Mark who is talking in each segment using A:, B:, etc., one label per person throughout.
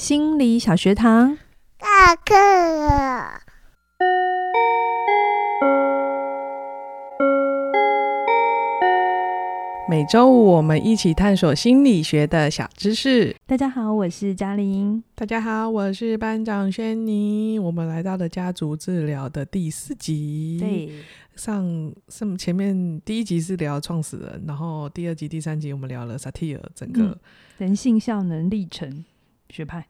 A: 心理小学堂
B: 下课了。
C: 每周五我们一起探索心理学的小知识。
A: 大家好，我是嘉玲。
C: 大家好，我是班长轩妮。我们来到了家族治疗的第4集。
A: 对，
C: 前面第1集是聊创始人，然后第2集、第3集我们聊了萨提尔整个、
A: 人性效能历程学派。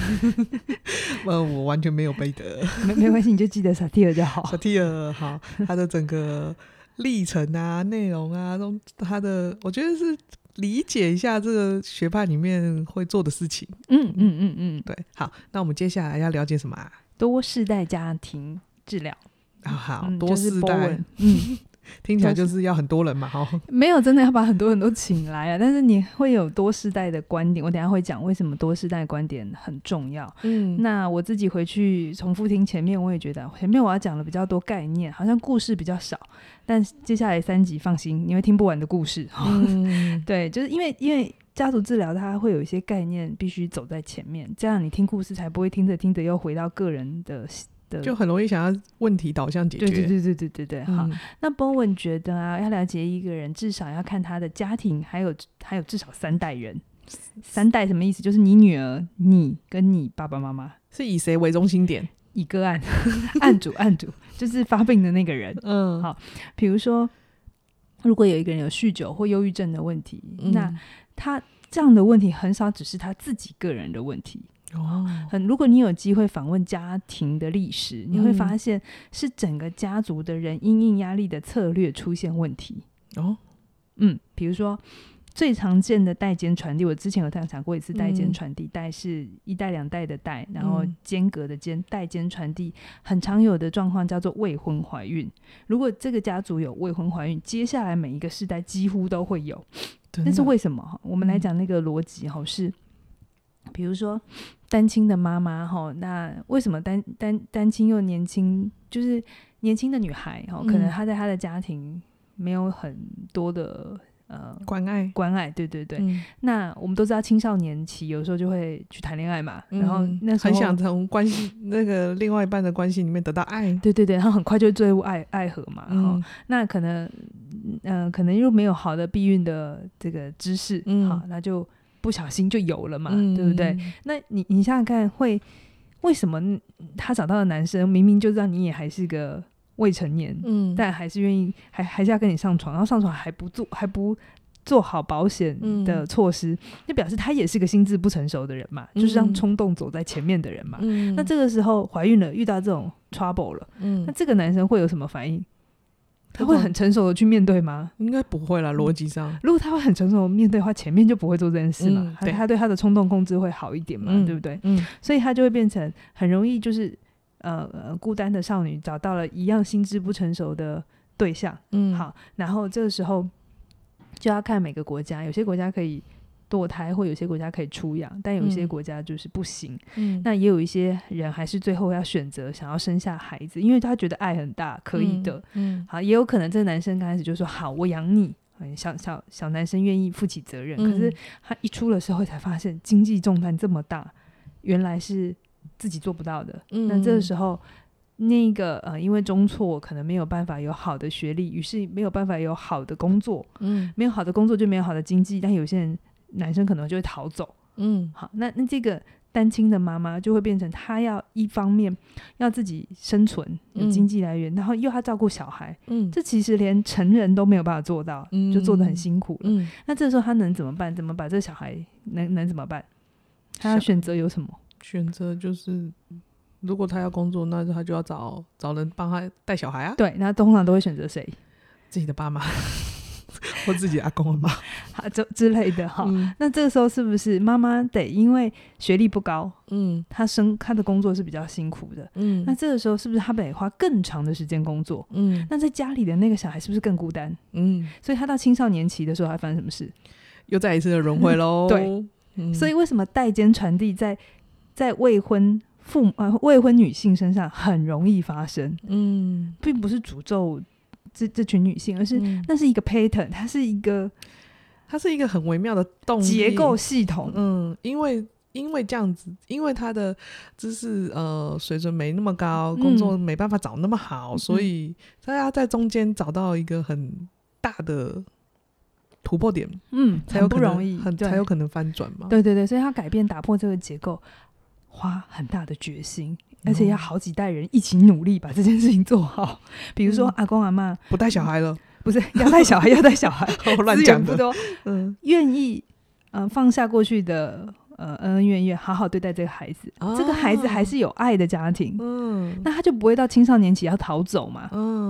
C: 我完全没有背的
A: 没关系，你就记得萨提尔就好。
C: 萨提尔好，他的整个历程啊、内容啊，他的我觉得是理解一下这个学派里面会做的事情。对，好，那我们接下来要了解什么啊？
A: 多世代家庭治疗。
C: 好，多世代，
A: 就是
C: 听起来就是要很多人嘛，
A: 没有真的要把很多人都请来啊，但是你会有多世代的观点，我等一下会讲为什么多世代观点很重要。那我自己回去重复听前面，我也觉得前面我要讲的比较多概念，好像故事比较少，但接下来3集放心，你会听不完的故事。对，就是因为家族治疗它会有一些概念必须走在前面，这样你听故事才不会听着听着又回到个人的，
C: 就很容易想要问题导向解决。
A: 对，好。那 Bowen 觉得啊，要了解一个人，至少要看他的家庭，还有至少3代人。3代什么意思？就是你女儿、你跟你爸爸妈妈。
C: 是以谁为中心点？
A: 以个案案主就是发病的那个人。好，比如说如果有一个人有酗酒或忧郁症的问题，那他这样的问题很少只是他自己个人的问题。如果你有机会访问家庭的历史，你会发现是整个家族的人因应压力的策略出现问题。比如说最常见的代间传递，我之前有讲过一次代间传递，代是1代2代的代，然后间隔的间，代间传递很常有的状况叫做未婚怀孕。如果这个家族有未婚怀孕，接下来每一个世代几乎都会有。但是为什么？我们来讲那个逻辑是比如说单亲的妈妈，那为什么单亲又年轻，就是年轻的女孩，可能她在她的家庭没有很多的关爱，对，那我们都知道青少年期有时候就会去谈恋爱嘛，然后那时候
C: 很想从关系那个另外一半的关系里面得到爱，
A: 对，然后很快就会坠入爱河嘛。那可能又没有好的避孕的这个知识，好，那就不小心就有了嘛，对不对？那你想想看，为什么他找到的男生明明就知道你也还是个未成年，但还是愿意还是要跟你上床，然后上床还不做好保险的措施，就表示他也是个心智不成熟的人嘛，就是让冲动走在前面的人嘛。那这个时候怀孕了，遇到这种 trouble 了，那这个男生会有什么反应？他会很成熟的去面对吗？
C: 应该不会啦，逻辑上
A: 如果他会很成熟的面对的话，前面就不会做这件事嘛。他对他的冲动控制会好一点嘛，对不对？所以他就会变成很容易就是孤单的少女找到了一样心智不成熟的对象。好，然后这个时候就要看每个国家，有些国家可以堕胎，或有些国家可以出养，但有一些国家就是不行。那也有一些人还是最后要选择想要生下孩子，因为他觉得爱很大，可以的。好，也有可能这个男生刚开始就说好，我养你，小男生愿意负起责任。可是他一出了社会才发现经济重担这么大，原来是自己做不到的。那这个时候那个因为中辍可能没有办法有好的学历，于是没有办法有好的工作。没有好的工作就没有好的经济，但有些人男生可能就会逃走。好，那这个单亲的妈妈就会变成她要一方面要自己生存有经济来源，然后又要照顾小孩。这其实连成人都没有办法做到，就做得很辛苦了。那这时候她能怎么办？怎么把这个小孩能怎么办？她要选择有什么？
C: 选择就是如果他要工作，那他就要找人帮他带小孩啊。
A: 对，那通常都会选择谁？
C: 自己的爸妈或自己阿公阿妈
A: 之类的。那这个时候是不是妈妈得因为学历不高，她的工作是比较辛苦的，那这个时候是不是她得花更长的时间工作？那在家里的那个小孩是不是更孤单？所以他到青少年期的时候还发生什么事？
C: 又再一次的轮回咯。
A: 对，所以为什么代间传递在未婚女性身上很容易发生？并不是诅咒这群女性，而是那是一个 pattern， 它是一个
C: 很微妙的动力
A: 结构系统。
C: 因为因为这样子，因为他的知识水准没那么高，工作没办法找那么好，所以他要在中间找到一个很大的突破点，才有可能
A: 很不容易，
C: 才有可能翻转嘛。
A: 对对对，所以他改变打破这个结构花很大的决心，而且要好几代人一起努力把这件事情做好。比如说阿公阿嬷
C: 不带小孩了，
A: 不是要带小孩要带小孩
C: 乱讲的，
A: 资源不多，愿意放下过去的恩恩怨怨，好好对待这个孩子，这个孩子还是有爱的家庭，那他就不会到青少年期要逃走嘛。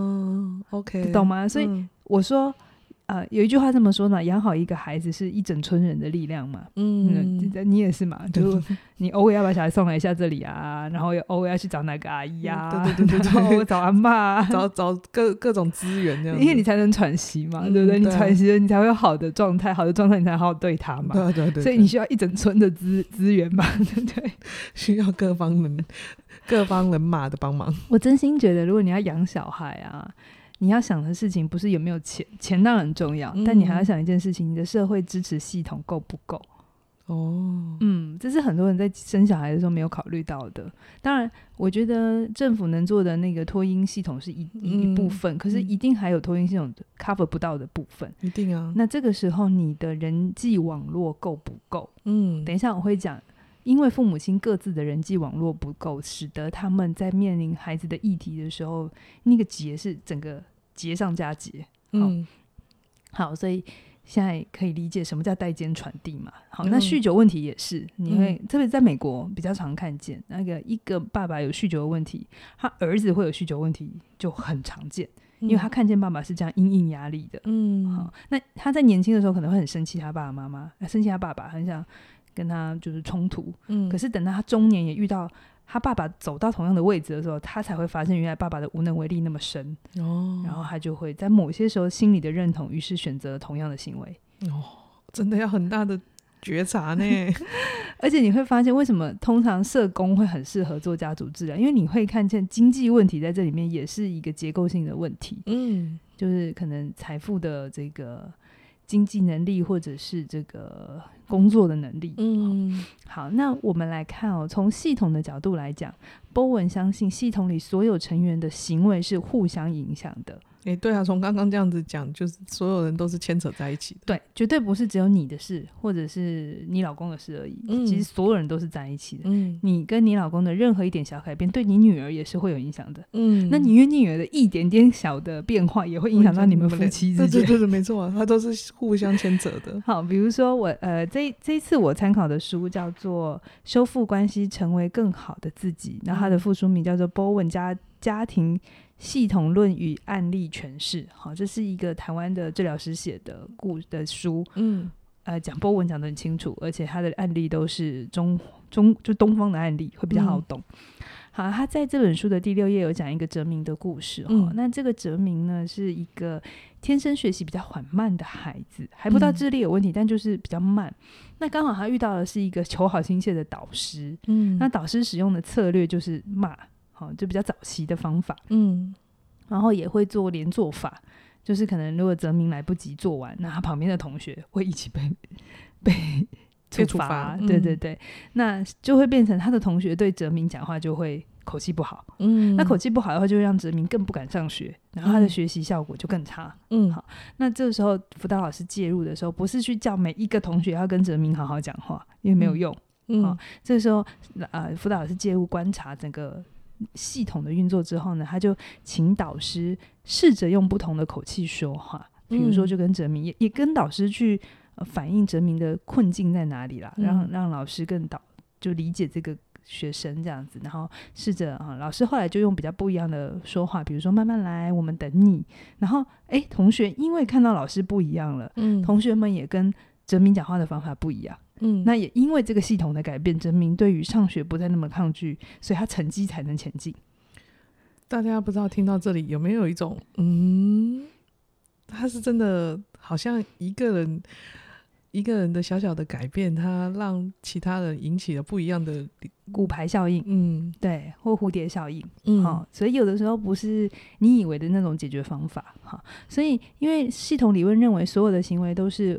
C: OK，
A: 懂吗？所以我说有一句话这么说嘛，养好一个孩子是一整村人的力量嘛。你也是嘛，就你偶尔要把小孩送来一下这里啊，然后偶尔要去找哪个阿姨啊，对，然后找阿嬷啊，
C: 找各种资源这样子，
A: 因为你才能喘息嘛，对不对？你喘息了，你才会有好的状态，好的状态你才好好对他嘛。
C: 对，
A: 所以你需要一整村的资源嘛，对不对？
C: 需要各方人马的帮忙。
A: 我真心觉得，如果你要养小孩啊，你要想的事情不是有没有钱，钱当然很重要，但你还要想一件事情，你的社会支持系统够不够。这是很多人在生小孩的时候没有考虑到的。当然我觉得政府能做的那个托婴系统是一部分，可是一定还有托婴系统 cover 不到的部分，
C: 一定啊。
A: 那这个时候你的人际网络够不够？等一下我会讲，因为父母亲各自的人际网络不够，使得他们在面临孩子的议题的时候，那个结是整个结上加结。好，所以现在可以理解什么叫代间传递嘛。好，那酗酒问题也是，你会特别在美国比较常看见，那个一个爸爸有酗酒的问题，他儿子会有酗酒问题就很常见，因为他看见爸爸是这样因应压力的。好，那他在年轻的时候可能会很生气他爸爸妈妈，生气他爸爸，很想跟他就是冲突，可是等到他中年也遇到他爸爸走到同样的位置的时候，他才会发现原来爸爸的无能为力那么深，然后他就会在某些时候心里的认同，于是选择同样的行为。
C: 真的要很大的觉察呢。
A: 而且你会发现为什么通常社工会很适合做家族治疗，因为你会看见经济问题在这里面也是一个结构性的问题，就是可能财富的这个经济能力或者是这个工作的能力。好，那我们来看从系统的角度来讲， Bowen 相信系统里所有成员的行为是互相影响的。
C: 对啊，从刚刚这样子讲，就是所有人都是牵扯在一起的。
A: 对，绝对不是只有你的事或者是你老公的事而已，其实所有人都是在一起的。你跟你老公的任何一点小改变对你女儿也是会有影响的。那你与女儿的一点点小的变化也会影响到你们夫妻之间。
C: 对，没错，它都是互相牵扯的。
A: 好，比如说我这一次我参考的书叫做《修复关系成为更好的自己》，然后它的副书名叫做 Bowen 家庭系统论与案例诠释。好，这是一个台湾的治疗师写的书。讲波文讲得很清楚，而且他的案例都是就东方的案例，会比较好懂。好，他在这本书的第6页有讲一个哲明的故事。那这个哲明呢是一个天生学习比较缓慢的孩子，还不到智力有问题，但就是比较慢。那刚好他遇到的是一个求好心切的导师。那导师使用的策略就是骂，就比较早期的方法。然后也会做连坐法，就是可能如果哲明来不及做完，那他旁边的同学会一起被处罚。对，那就会变成他的同学对哲明讲话就会口气不好。那口气不好的话就会让哲明更不敢上学，然后他的学习效果就更差。好，那这个时候辅导老师介入的时候，不是去叫每一个同学要跟哲明好好讲话，因为没有用。这个时候辅导老师介入观察整个系统的运作之后呢，他就请导师试着用不同的口气说话，比如说就跟哲明也跟导师去反映哲明的困境在哪里啦，让老师更就理解这个学生这样子，然后试着老师后来就用比较不一样的说话，比如说慢慢来，我们等你。然后同学因为看到老师不一样了，同学们也跟哲明讲话的方法不一样。那也因为这个系统的改变，哲明对于上学不再那么抗拒，所以他成绩才能前进。
C: 大家不知道听到这里有没有一种他是真的好像一个人的小小的改变，他让其他人引起了不一样的
A: 骨牌效应。对，或蝴蝶效应。所以有的时候不是你以为的那种解决方法。所以因为系统理论认为所有的行为都是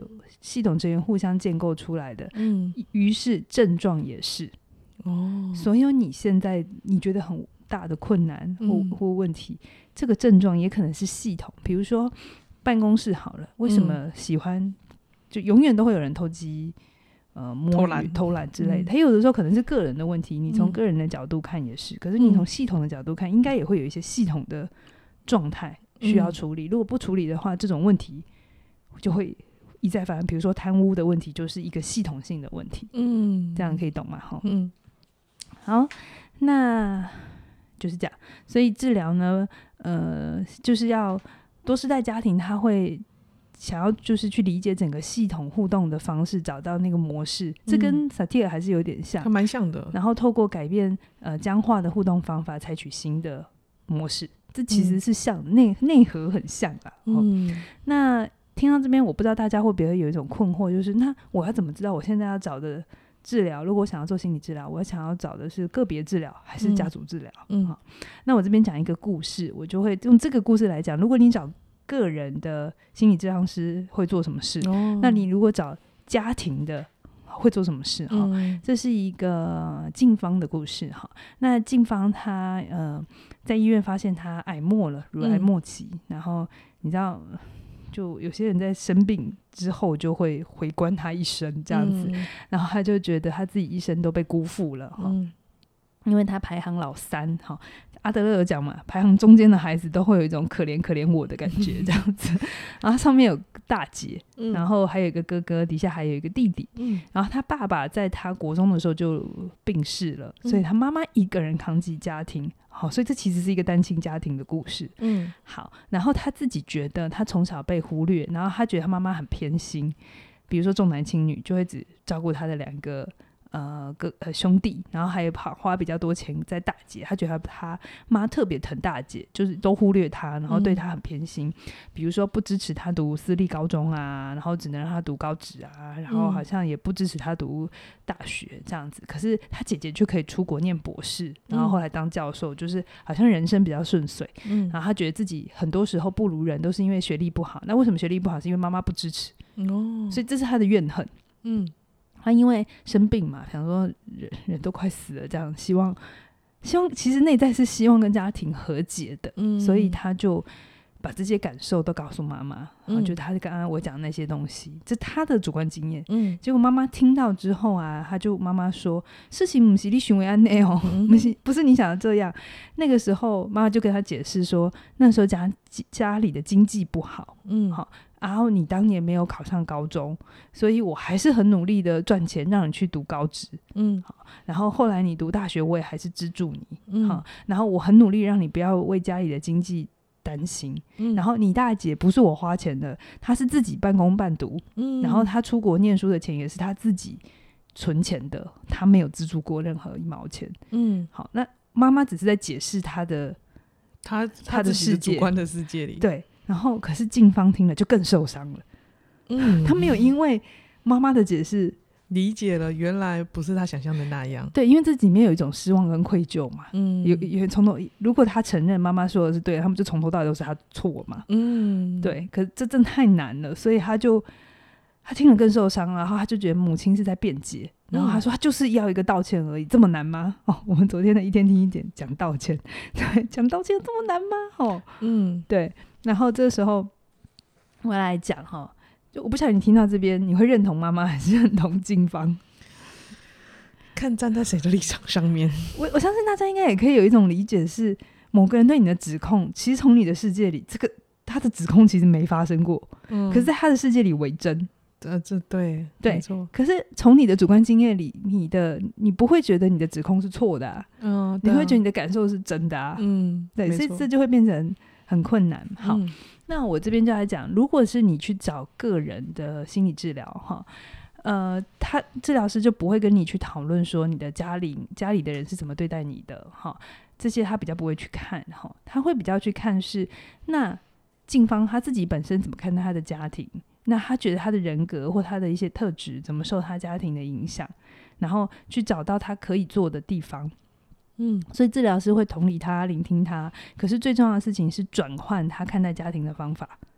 A: 系统成员互相建构出来的，于是症状也是所有你现在你觉得很大的困难或问题，这个症状也可能是系统。比如说办公室好了，为什么喜欢就永远都会有人偷鸡摸鱼偷懒之类的，他有的时候可能是个人的问题，你从个人的角度看也是，可是你从系统的角度看，应该也会有一些系统的状态需要处理，如果不处理的话，这种问题就会一再发生。比如说贪污的问题就是一个系统性的问题，这样可以懂吗？好，那就是这样。所以治疗呢就是要多世代家庭他会想要就是去理解整个系统互动的方式，找到那个模式，这跟萨提尔还是有点像，
C: 还蛮像的。然
A: 后透过改变僵化的互动方法，采取新的模式，这其实是像内核很像啦。那听到这边，我不知道大家会不会有一种困惑，就是那我要怎么知道我现在要找的治疗，如果我想要做心理治疗，我想要找的是个别治疗还是家族治疗？那我这边讲一个故事，我就会用这个故事来讲，如果你找个人的心理治疗师会做什么事，那你如果找家庭的会做什么事？这是一个静芳的故事。那静芳她在医院发现她癌末了，乳癌末期，然后你知道就有些人在生病之后就会回观他一生这样子，然后他就觉得他自己一生都被辜负了，因为他排行老三，阿德勒有讲嘛，排行中间的孩子都会有一种可怜可怜我的感觉这样子然后上面有大姐，然后还有一个哥哥，底下还有一个弟弟，然后他爸爸在他国中的时候就病逝了，所以他妈妈一个人扛起家庭，所以这其实是一个单亲家庭的故事。好，然后他自己觉得他从小被忽略，然后他觉得他妈妈很偏心，比如说重男轻女，就会只照顾他的2个兄弟，然后还有花比较多钱在大姐，他觉得他妈特别疼大姐，就是都忽略他，然后对他很偏心，比如说不支持他读私立高中啊，然后只能让他读高职啊，然后好像也不支持他读大学这样子。可是他姐姐却可以出国念博士，然后后来当教授，就是好像人生比较顺遂，然后他觉得自己很多时候不如人都是因为学历不好。那为什么学历不好？是因为妈妈不支持，所以这是他的怨恨。他因为生病嘛，想说人都快死了，这样希望其实内在是希望跟家庭和解的，所以他就把这些感受都告诉妈妈，就他刚刚我讲的那些东西，这他的主观经验。结果妈妈听到之后啊，妈妈说事情不是你想的这样不是你想的这样。那个时候妈妈就跟他解释说，那时候家里的经济不好，然后你当年没有考上高中，所以我还是很努力的赚钱让你去读高职，然后后来你读大学我也还是资助你，然后我很努力让你不要为家里的经济担心，然后你大姐不是我花钱的，她是自己半工半读，然后她出国念书的钱也是她自己存钱的，她没有资助过任何1毛钱。好，那妈妈只是在解释她的世界，
C: 主观的世界里，
A: 对。然后可是静芳听了就更受伤了，他没有因为妈妈的解释
C: 理解了原来不是他想象的那样。
A: 对，因为这里面有一种失望跟愧疚嘛，有从头，如果他承认妈妈说的是对的，他们就从头到尾都是他错嘛，对。可是这真的太难了，所以他听了更受伤，然后他就觉得母亲是在辩解，然后他说他就是要一个道歉而已，这么难吗？我们昨天的一天听一点讲道歉，对，讲道歉这么难吗？对。然后这时候我来讲就我不晓得你听到这边你会认同妈妈还是认同静芳，
C: 看站在谁的立场上面。
A: 我相信大家应该也可以有一种理解，是某个人对你的指控，其实从你的世界里他的指控其实没发生过，可是在他的世界里为真。
C: 这对
A: 没错。可是从你的主观经验里，你不会觉得你的指控是错的啊，你会觉得你的感受是真的啊，对，所以这就会变成很困难。好，那我这边就来讲，如果是你去找个人的心理治疗他治疗师就不会跟你去讨论说你的家里的人是怎么对待你的这些他比较不会去看他会比较去看是那静芳他自己本身怎么看待他的家庭，那他觉得他的人格或他的一些特质怎么受他家庭的影响，然后去找到他可以做的地方。所以治疗师会同理他，聆听他，可是最重要的事情是转换他看待家庭的方法。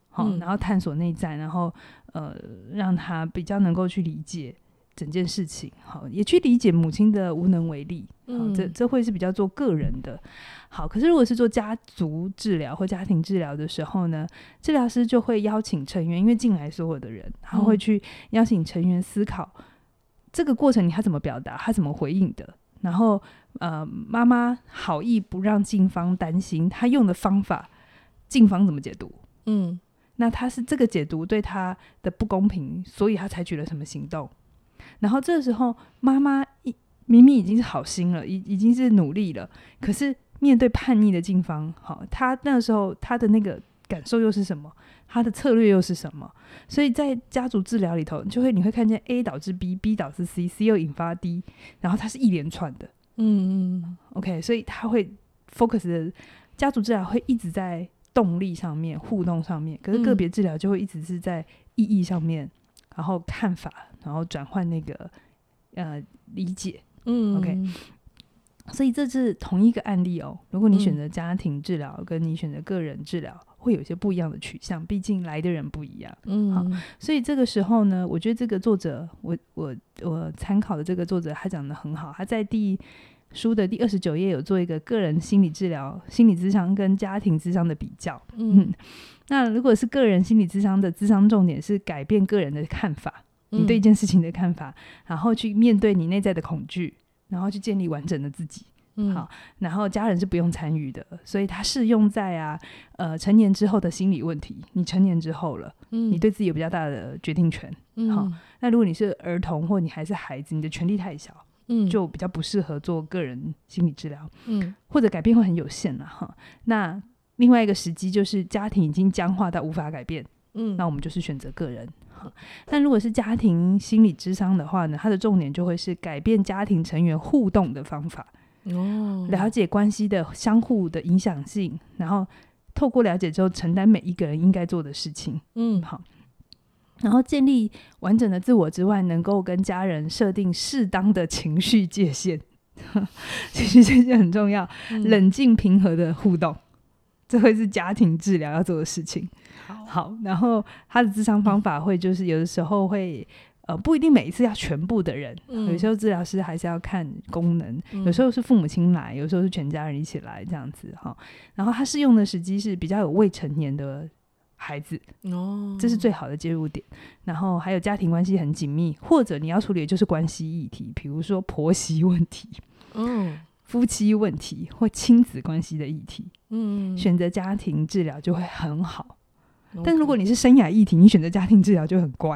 A: 然后探索内在，然后让他比较能够去理解整件事情，好，也去理解母亲的无能为力，这会是比较做个人的。好，可是如果是做家族治疗或家庭治疗的时候呢，治疗师就会邀请成员，因为进来所有的人，他会去邀请成员思考这个过程他怎么表达，他怎么回应的，然后妈妈好意不让静芳担心，他用的方法静芳怎么解读，那他是这个解读对他的不公平，所以他采取了什么行动。然后这个时候妈妈明明已经是好心了，已经是努力了，可是面对叛逆的静芳，他那个时候他的那个感受又是什么，他的策略又是什么。所以在家族治疗里头你会看见 A 导致 B 导致 C 又引发 D， 然后它是一连串的。OK， 所以他会 focus 的家族治疗会一直在动力上面、互动上面，可是个别治疗就会一直是在意义上面，然后看法，然后转换那个理解。OK， 所以这是同一个案例哦。如果你选择家庭治疗跟你选择个人治疗，会有一些不一样的取向，毕竟来的人不一样。好，所以这个时候呢，我觉得这个作者，我参考的这个作者，他讲得很好。他在书的第29页有做一个个人心理治疗、心理咨商跟家庭咨商的比较。那如果是个人心理咨商的咨商重点是改变个人的看法，你对一件事情的看法，然后去面对你内在的恐惧，然后去建立完整的自己。好，然后家人是不用参与的，所以它适用在成年之后的心理问题。你成年之后了，你对自己有比较大的决定权。好，那如果你是儿童或你还是孩子，你的权力太小，就比较不适合做个人心理治疗，或者改变会很有限了哈。那另外一个时机就是家庭已经僵化到无法改变，那我们就是选择个人。但如果是家庭心理諮商的话呢，它的重点就会是改变家庭成员互动的方法，了解关系的相互的影响性，然后透过了解之后承担每一个人应该做的事情。好，然后建立完整的自我之外，能够跟家人设定适当的情绪界限，情绪界限很重要，冷静平和的互动，这会是家庭治疗要做的事情。好，然后他的諮商方法会就是有的时候会不一定每一次要全部的人，有时候治疗师还是要看功能，有时候是父母亲来，有时候是全家人一起来这样子。然后他适用的时机是比较有未成年的孩子，这是最好的介入点。然后还有家庭关系很紧密，或者你要处理的就是关系议题，比如说婆媳问题，夫妻问题或亲子关系的议题，选择家庭治疗就会很好。但是如果你是生涯议题，你选择家庭治疗就很怪。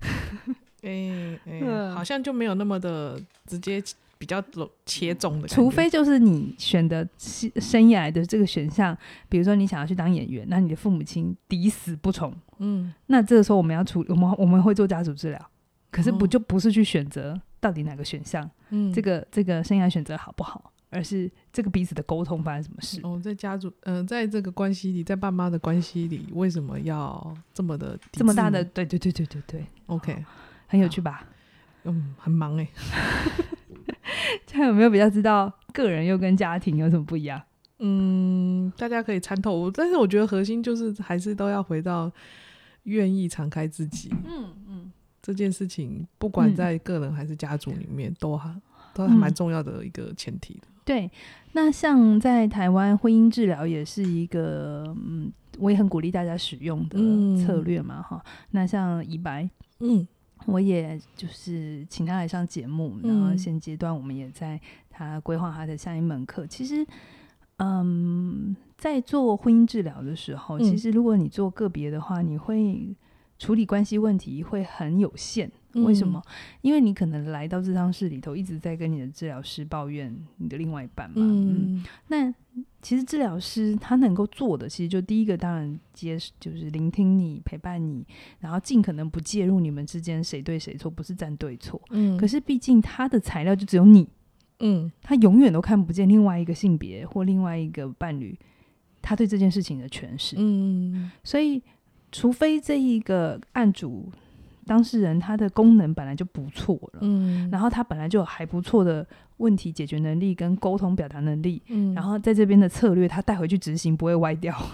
C: 好像就没有那么的直接比较切中的感觉，
A: 除非就是你选的生涯的这个选项，比如说你想要去当演员，那你的父母亲抵死不从，那这个时候我们要我们会做家族治疗，可是就不是去选择到底哪个选项，这个生涯选择好不好，而是这个彼此的沟通发生什么事。
C: 在家族在这个关系里，在爸妈的关系里，为什么要这么大的
A: 对
C: OK，
A: 很有趣吧？
C: 很忙
A: 这样有没有比较知道个人又跟家庭有什么不一样？
C: 大家可以参透，但是我觉得核心就是还是都要回到愿意敞开自己。这件事情不管在个人还是家族里面，都还蛮重要的一个前提的。
A: 对，那像在台湾婚姻治疗也是一个我也很鼓励大家使用的策略嘛。那像以白，我也就是请他来上节目，然后现阶段我们也在他规划他的下一门课。其实在做婚姻治疗的时候，其实如果你做个别的话，你会处理关系问题会很有限。为什么？因为你可能来到咨商室里头一直在跟你的治疗师抱怨你的另外一半嘛。那其实治疗师他能够做的，其实就第一个当然就是聆听你，陪伴你，然后尽可能不介入你们之间谁对谁错，不是站对错。可是毕竟他的材料就只有你，他永远都看不见另外一个性别或另外一个伴侣他对这件事情的诠释。所以除非这一个案主当事人他的功能本来就不错了，然后他本来就有还不错的问题解决能力跟沟通表达能力，然后在这边的策略他带回去执行不会歪掉，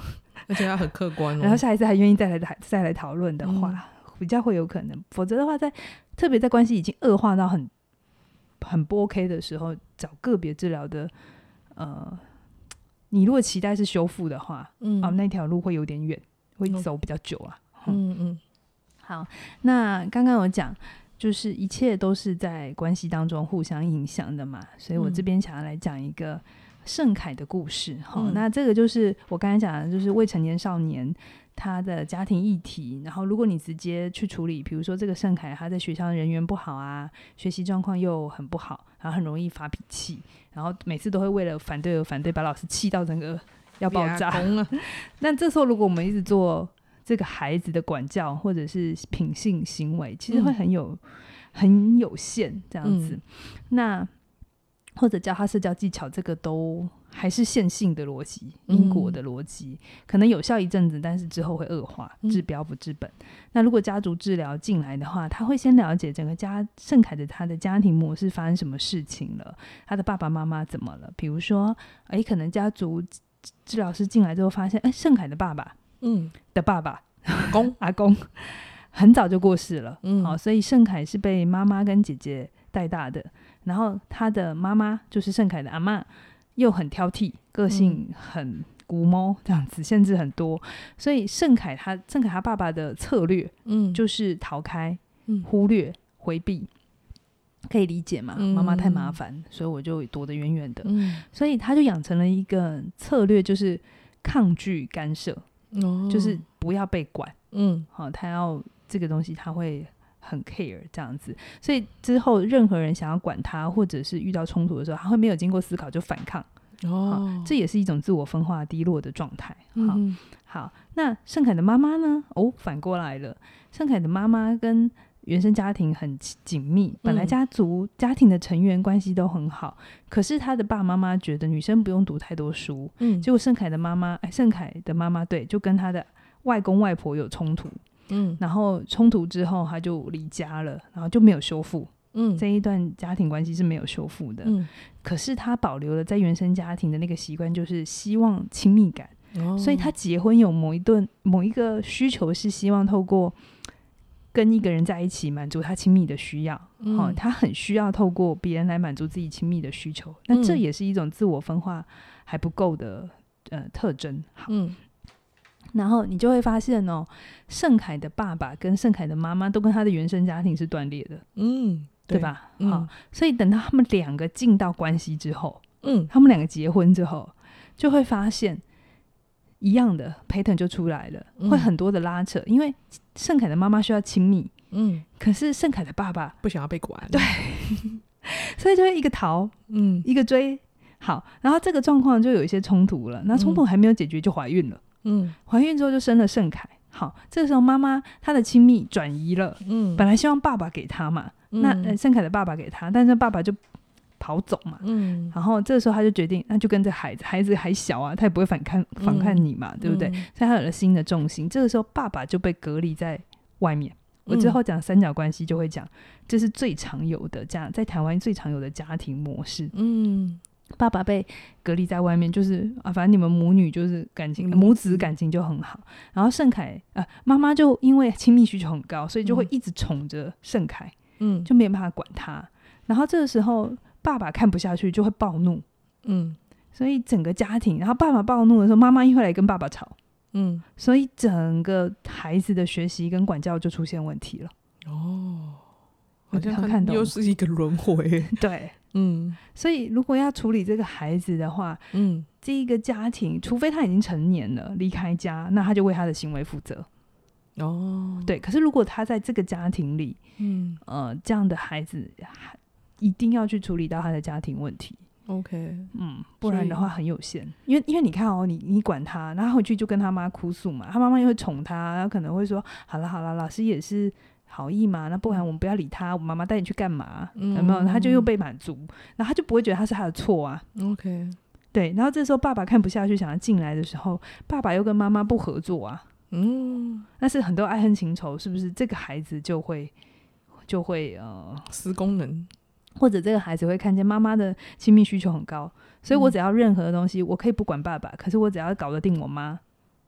C: 而且要很客观
A: 然后下一次还愿意再来讨论的话，比较会有可能。否则的话，特别在关系已经恶化到很不 OK 的时候，找个别治疗的你如果期待是修复的话，那条路会有点远，会走比较久啊。好，那刚刚我讲就是一切都是在关系当中互相影响的嘛，所以我这边想要来讲一个盛凯的故事。那这个就是我刚才讲的，就是未成年少年他的家庭议题，然后如果你直接去处理，比如说这个盛凯他在学校人缘不好啊，学习状况又很不好，然后很容易发脾气，然后每次都会为了反对而反对，把老师气到整个要爆炸。那这时候如果我们一直做这个孩子的管教或者是品性行为，其实会很有限这样子。那或者教他社交技巧，这个都还是线性的逻辑，因果的逻辑，可能有效一阵子，但是之后会恶化，治标不治本。那如果家族治疗进来的话，他会先了解整个盛凯的他的家庭模式发生什么事情了，他的爸爸妈妈怎么了，比如说可能家族治疗师进来之后发现盛凯的爸爸的爸爸阿公很早就过世了，所以盛凯是被妈妈跟姐姐带大的，然后他的妈妈就是盛凯的阿嬷又很挑剔，个性很古猫这样子，限制很多，所以盛凯他爸爸的策略就是逃开、忽略、回避，可以理解嘛？妈妈太麻烦，所以我就躲得远远的，所以他就养成了一个策略，就是抗拒干涉，就是不要被管，他要这个东西他会很 care 这样子，所以之后任何人想要管他或者是遇到冲突的时候，他会没有经过思考就反抗，这也是一种自我分化低落的状态。好，那盛凯的妈妈呢？反过来了，盛凯的妈妈跟原生家庭很紧密，本来家庭的成员关系都很好，可是他的爸爸妈妈觉得女生不用读太多书，结果盛凯的妈妈对，就跟他的外公外婆有冲突，然后冲突之后他就离家了，然后就没有修复，这一段家庭关系是没有修复的，可是他保留了在原生家庭的那个习惯，就是希望亲密感，所以他结婚有某一个需求是希望透过跟一个人在一起满足他亲密的需要，他很需要透过别人来满足自己亲密的需求，那这也是一种自我分化还不够的特征。好，然后你就会发现盛凯的爸爸跟盛凯的妈妈都跟他的原生家庭是断裂的，对吧？好，所以等到他们两个进到关系之后，他们两个结婚之后，就会发现一样的 pattern 就出来了，会很多的拉扯，因为盛凯的妈妈需要亲密，可是盛凯的爸爸
C: 不想要被管，
A: 对，所以就会一个逃，一个追。好，然后这个状况就有一些冲突了，那冲突还没有解决就怀孕了，怀孕之后就生了盛凯。好，这个时候妈妈她的亲密转移了，本来希望爸爸给她嘛，那盛凯的爸爸给她，但是爸爸就跑走嘛，然后这个时候他就决定，那就跟这孩子还小啊，他也不会反抗你嘛，对不对？所以他有了新的重心，这个时候爸爸就被隔离在外面。我之后讲三角关系就会讲，这是最常有的在台湾最常有的家庭模式。爸爸被隔离在外面，就是反正你们母女就是感情，母子感情就很好。然后盛凯妈妈就因为亲密需求很高，所以就会一直宠着盛凯，就没有办法管他。然后这个时候爸爸看不下去就会暴怒，所以整个家庭，然后爸爸暴怒的时候，妈妈又会来跟爸爸吵，所以整个孩子的学习跟管教就出现问题了。
C: 好像看到又是一个轮回，
A: 对，所以如果要处理这个孩子的话，这一个家庭，除非他已经成年了离开家，那他就为他的行为负责。对，可是如果他在这个家庭里，这样的孩子一定要去处理到他的家庭问题。
C: OK，
A: 不然的话很有限，因为你看你管他，然后回去就跟他妈哭诉嘛，他妈妈又会宠他，然后可能会说好了，老师也是好意嘛，那不然我们不要理他，我妈妈带你去干嘛？有没有？他就又被满足，然后他就不会觉得他是他的错啊。
C: OK，
A: 对，然后这时候爸爸看不下去，想要进来的时候，爸爸又跟妈妈不合作啊。但是很多爱恨情仇，是不是这个孩子就会
C: 失功能？
A: 或者这个孩子会看见妈妈的亲密需求很高，所以我只要任何东西我可以不管爸爸，可是我只要搞得定我妈，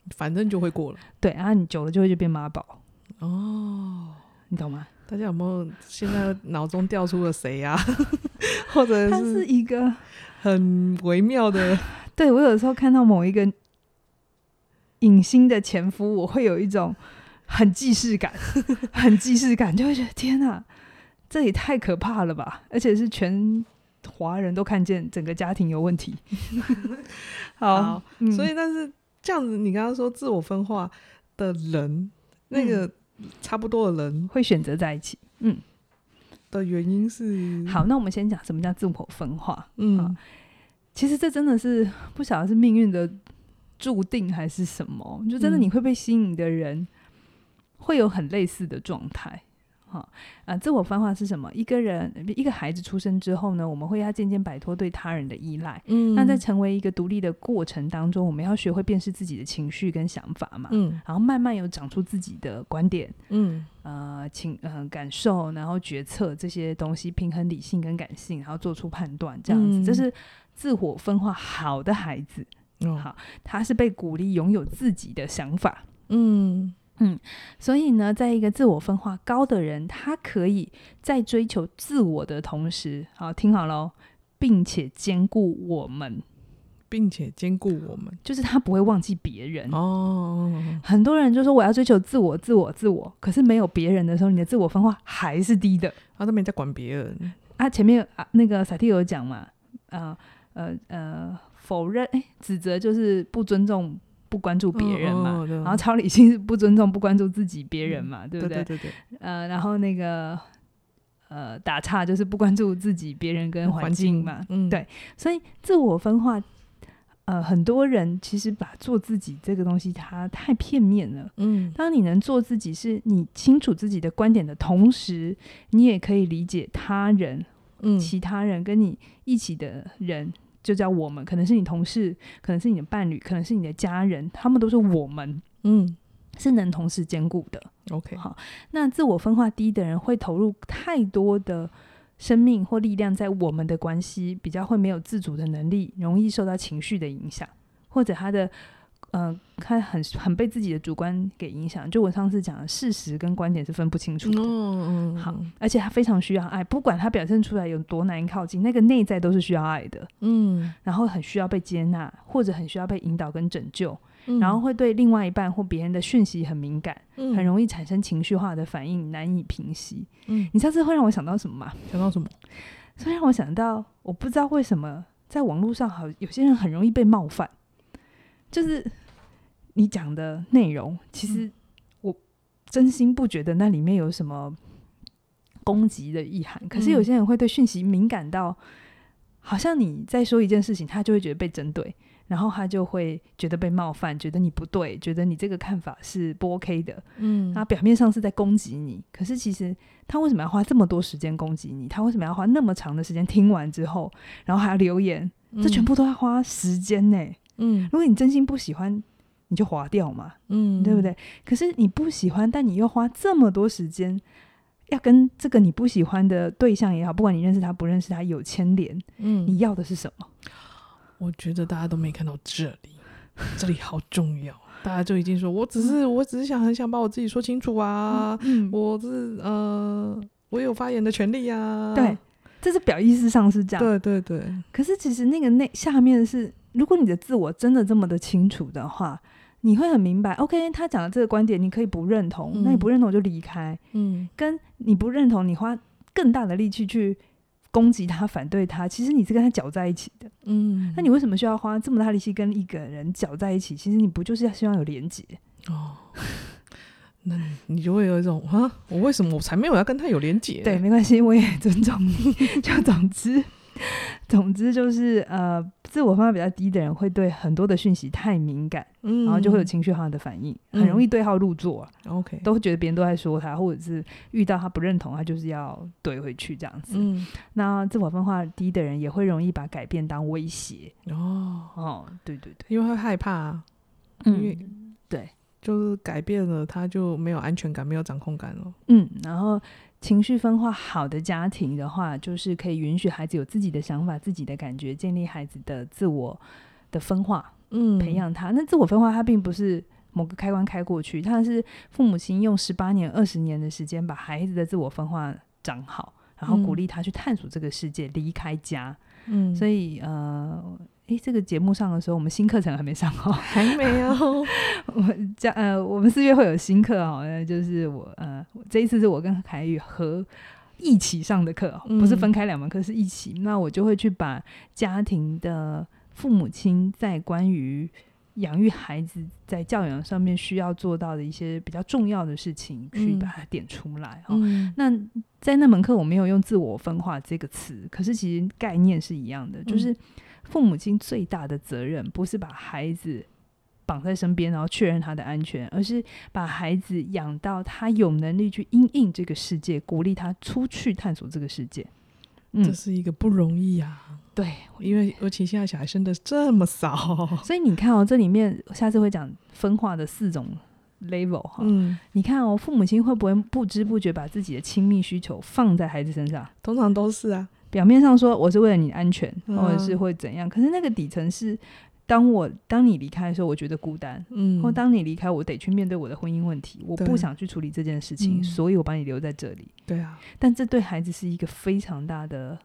C: 反正就会过了。
A: 对啊，你久了就会变妈宝
C: 哦，
A: 你懂吗？
C: 大家有没有现在脑中调出了谁啊？或者
A: 它是一个
C: 很微妙的。
A: 对，我有时候看到某一个影星的前夫，我会有一种很既视感很既视感，就会觉得天哪，这也太可怕了吧，而且是全华人都看见整个家庭有问题。好，
C: 所以但是这样子，你刚刚说自我分化的人，那个差不多的人
A: 会选择在一起，
C: 的原因是，
A: 好，那我们先讲什么叫自我分化。其实这真的是不晓得是命运的注定还是什么，就真的你会被吸引的人会有很类似的状态。自我分化是什么？一个孩子出生之后呢，我们会要渐渐摆脱对他人的依赖。那在成为一个独立的过程当中，我们要学会辨识自己的情绪跟想法嘛。然后慢慢有长出自己的观点，感受，然后决策这些东西，平衡理性跟感性，然后做出判断，这样子，这是自我分化好的孩子。好，他是被鼓励拥有自己的想法。所以呢，在一个自我分化高的人，他可以在追求自我的同时，好，听好咯，并且兼顾我们，就是他不会忘记别人。很多人就说我要追求自我，可是没有别人的时候，你的自我分化还是低的。
C: 他都没在管别人
A: 啊。前面那个萨提有讲嘛，否认指责就是不尊重不关注别人嘛，然后超理性是不尊重不关注自己别人嘛，对不对？对。然后那个打岔就是不关注自己别人跟环境嘛，对。所以自我分化，很多人其实把做自己这个东西它太片面了。当你能做自己，是你清楚自己的观点的同时，你也可以理解他人，其他人跟你一起的人。就叫我们，可能是你同事，可能是你的伴侣，可能是你的家人，他们都是我们，是能同时兼顾的。
C: OK，
A: 好，那自我分化低的人会投入太多的生命或力量在我们的关系，比较会没有自主的能力，容易受到情绪的影响，或者他的他很被自己的主观给影响。就我上次讲的，事实跟观点是分不清楚的。好，而且他非常需要爱，不管他表现出来有多难靠近，那个内在都是需要爱的。然后很需要被接纳，或者很需要被引导跟拯救。然后会对另外一半或别人的讯息很敏感，很容易产生情绪化的反应，难以平息。你知道这会让我想到什么吗？
C: 想到什么？
A: 这让我想到，我不知道为什么在网络上有些人很容易被冒犯，就是你讲的内容，其实我真心不觉得那里面有什么攻击的意涵，可是有些人会对讯息敏感到，好像你在说一件事情，他就会觉得被针对，然后他就会觉得被冒犯，觉得你不对，觉得你这个看法是不 OK 的。他表面上是在攻击你，可是其实他为什么要花这么多时间攻击你？他为什么要花那么长的时间听完之后，然后还要留言？这全部都要花时间呢。如果你真心不喜欢，你就划掉嘛，对不对？可是你不喜欢，但你又花这么多时间要跟这个你不喜欢的对象也好，不管你认识他不认识他有牵连，你要的是什么？
C: 我觉得大家都没看到这里好重要。大家就已经说我只是很想把我自己说清楚啊，我有发言的权利啊。
A: 对，这是表意识上是这样。
C: 对。
A: 可是其实那个下面是，如果你的自我真的这么的清楚的话，你会很明白 OK 他讲的这个观点你可以不认同，那你不认同就离开。跟你不认同，你花更大的力气去攻击他反对他，其实你是跟他搅在一起的。那你为什么需要花这么大力气跟一个人搅在一起？其实你不就是希望有连结？
C: 那你就会有一种我为什么我才没有要跟他有连结？
A: 对，没关系，我也尊重你。就总之就是自我分化比较低的人会对很多的讯息太敏感，然后就会有情绪化的反应，很容易对号入座。OK， 都会觉得别人都在说他，或者是遇到他不认同，他就是要怼回去这样子。那自我分化低的人也会容易把改变当威胁。对，
C: 因为他害怕因为对，就是改变了他就没有安全感，没有掌控感了。
A: 然后情绪分化好的家庭的话，就是可以允许孩子有自己的想法、自己的感觉，建立孩子的自我的分化，培养他。那自我分化它并不是某个开关开过去，他是父母亲用18年20年的时间把孩子的自我分化长好，然后鼓励他去探索这个世界，离开家。所以这个节目上的时候，我们新课程还没上哦，
C: 还没有。
A: 我们4月会有新课哦，就是这一次是我跟凯宇一起上的课，不是分开2门课，是一起。那我就会去把家庭的父母亲在关于养育孩子在教养上面需要做到的一些比较重要的事情去把它点出来。那在那门课我没有用自我分化这个词，可是其实概念是一样的，就是父母亲最大的责任不是把孩子绑在身边然后确认他的安全，而是把孩子养到他有能力去因应这个世界，鼓励他出去探索这个世界。
C: 这是一个不容易啊。
A: 对，
C: 因为而且现在小孩生的这么少，
A: 所以你看这里面下次会讲分化的4种 level 你看父母亲会不会不知不觉把自己的亲密需求放在孩子身上？
C: 通常都是啊，
A: 表面上说我是为了你安全，或者是会怎样，可是那个底层是当你离开的时候我觉得孤单，或当你离开我得去面对我的婚姻问题，我不想去处理这件事情，所以我把你留在这里。
C: 对啊，
A: 但这对孩子是一个非常大的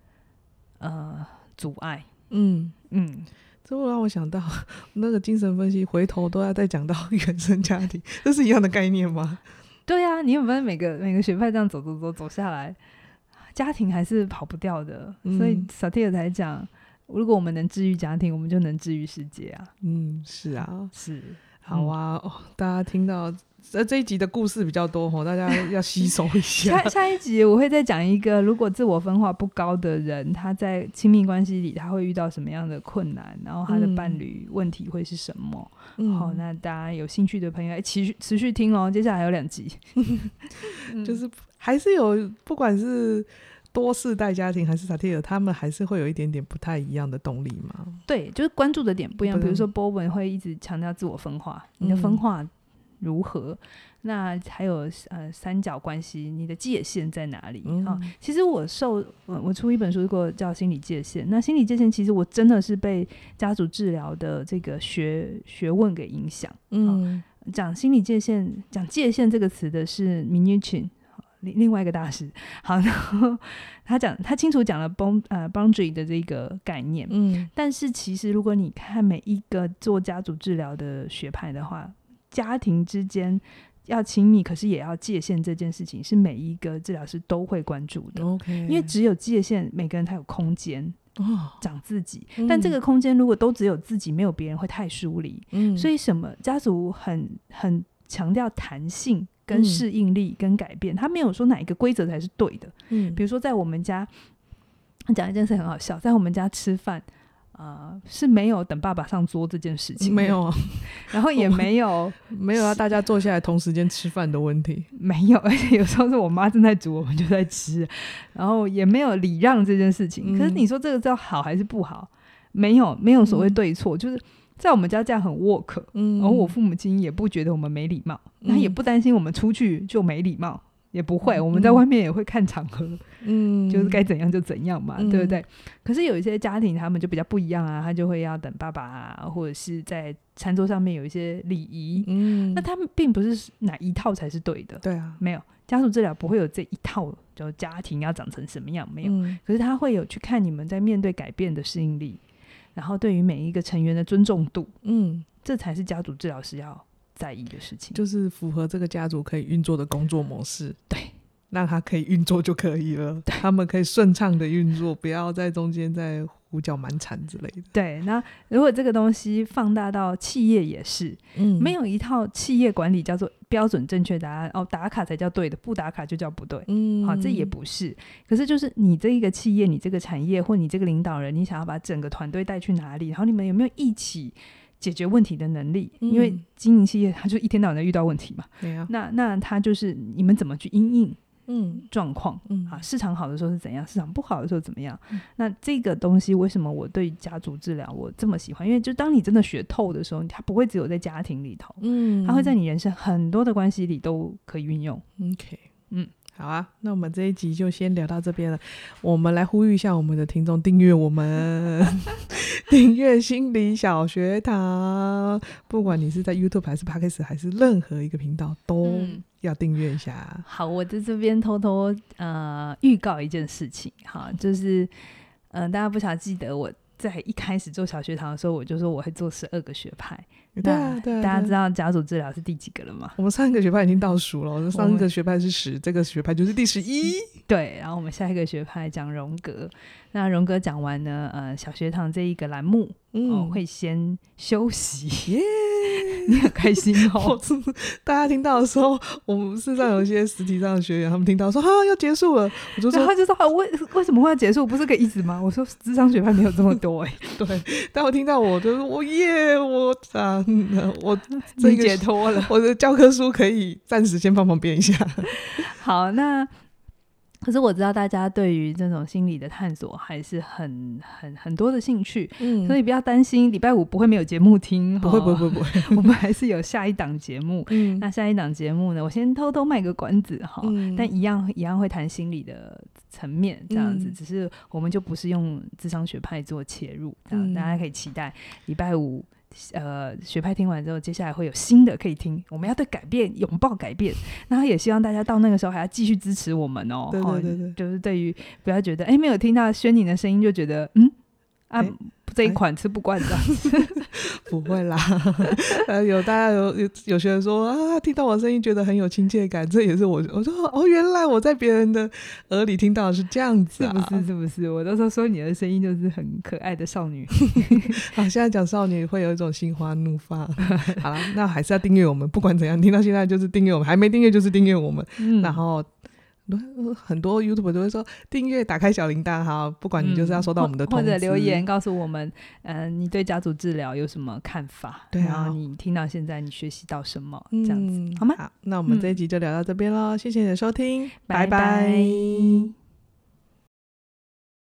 A: 阻碍。
C: 这会让我想到那个精神分析回头都要再讲到原生家庭，这是一样的概念吗？
A: 对啊，你有没有每个学派这样走下来，家庭还是跑不掉的。所以萨提尔才讲，如果我们能治愈家庭，我们就能治愈世界啊。
C: 是啊，
A: 是。
C: 好啊，大家听到这一集的故事比较多，大家要吸收一下。
A: 下一集我会再讲一个，如果自我分化不高的人，他在亲密关系里他会遇到什么样的困难，然后他的伴侣问题会是什么。好，那大家有兴趣的朋友持续听哦，接下来还有2集。
C: 就是还是有，不管是多世代家庭还是萨提尔，他们还是会有一点点不太一样的动力嘛。对，就是关注的点不一样。比如说波文会一直强调自我分化，你的分化如何，那还有三角关系，你的界限在哪里。其实我出一本书叫心理界限，那心理界限其实我真的是被家族治疗的这个学问给影响。讲心理界限，讲界限这个词的是 Minuchin，另外一个大师。好，然后他清楚讲了boundary 的这个概念。但是其实如果你看每一个做家族治疗的学派的话，家庭之间要亲密，可是也要界限这件事情是每一个治疗师都会关注的。因为只有界限，每个人才有空间长自己。但这个空间如果都只有自己没有别人，会太疏离。所以什么家族很强调弹性跟适应力跟改变，他没有说哪一个规则才是对的。比如说在我们家讲一件事很好笑，在我们家吃饭是没有等爸爸上桌这件事情，没有然后也没有要大家坐下来同时间吃饭的问题，没有。而且有时候是我妈正在煮，我们就在吃，然后也没有礼让这件事情。可是你说这个叫好还是不好？没有所谓对错，就是在我们家这样很 work。然后我父母亲也不觉得我们没礼貌，那也不担心我们出去就没礼貌，也不会。我们在外面也会看场合，就是该怎样就怎样嘛，对不对？可是有一些家庭他们就比较不一样啊，他就会要等爸爸啊，或者是在餐桌上面有一些礼仪。那他们并不是哪一套才是对的，对啊，没有。家族治疗不会有这一套，就家庭要长成什么样，没有。可是他会有去看你们在面对改变的适应力，然后对于每一个成员的尊重度。这才是家族治疗师要在意的事情，就是符合这个家族可以运作的工作模式。对，让他可以运作就可以了，他们可以顺畅的运作，不要在中间再胡搅蛮缠之类的。对，那如果这个东西放大到企业也是，没有一套企业管理叫做标准正确答案，打卡才叫对的，不打卡就叫不对。好，这也不是。可是就是你这一个企业，你这个产业，或你这个领导人，你想要把整个团队带去哪里，然后你们有没有一起解决问题的能力。因为经营企业他就一天到晚在遇到问题嘛。那他就是你们怎么去因应状况。市场好的时候是怎样，市场不好的时候怎么样。那这个东西为什么我对家族治疗我这么喜欢？因为就当你真的学透的时候，它不会只有在家庭里头，它会在你人生很多的关系里都可以运用。好啊，那我们这一集就先聊到这边了。我们来呼吁一下我们的听众订阅我们订阅心理小学堂，不管你是在 YouTube 还是 Podcast 还是任何一个频道都要订阅一下。
A: 好，我在这边偷偷预告一件事情哈，就是大家不想记得我在一开始做小学堂的时候，我就说我会做12个学派。
C: 对啊，
A: 大家知道家族治疗是第几个了吗？
C: 我们上一个学派已经倒数了，我上一个学派是10，这个学派就是第11。
A: 对，然后我们下一个学派讲荣格。那荣格讲完呢，小学堂这一个栏目，会先休息。耶，你很开心哦。
C: 大家听到的时候，我们事实上有一些实体上的学员，他们听到说要结束了，我就说，
A: 他就说为什么会要结束？不是个意思吗？我说諮商学派没有这么多
C: 对，但我听到我就说我
A: 这个解脱了，
C: 我的教科书可以暂时先放旁边一下。
A: 好，那可是我知道大家对于这种心理的探索还是很多的兴趣，所以不要担心礼拜5不会没有节目听，
C: 不会
A: 我们还是有下一档节目。那下一档节目呢，我先偷偷卖个关子但一样会谈心理的层面这样子，只是我们就不是用諮商学派做切入，这样大家可以期待礼拜5学派听完之后，接下来会有新的可以听。我们要对改变拥抱改变，那也希望大家到那个时候还要继续支持我们哦。
C: 对，
A: 就是对于不要觉得没有听到轩宁的声音就觉得这一款吃不惯这样子。
C: 不会啦。大家有学员说听到我声音觉得很有亲切感，这也是我说原来我在别人的耳里听到的是这样子
A: 是不是我都说你的声音就是很可爱的少女。
C: 好，现在讲少女会有一种心花怒放。好啦，那还是要订阅我们，不管怎样听到现在就是订阅我们，还没订阅就是订阅我们。然后很多 YouTube 都会说订阅打开小铃铛，好，不管你就是要收到我们的通知，
A: 或者留言告诉我们你对家族治疗有什么看法，
C: 对
A: 然后你听到现在你学习到什么，这样子好吗？
C: 好，那我们这一集就聊到这边咯，谢谢你的收听，拜
A: 拜。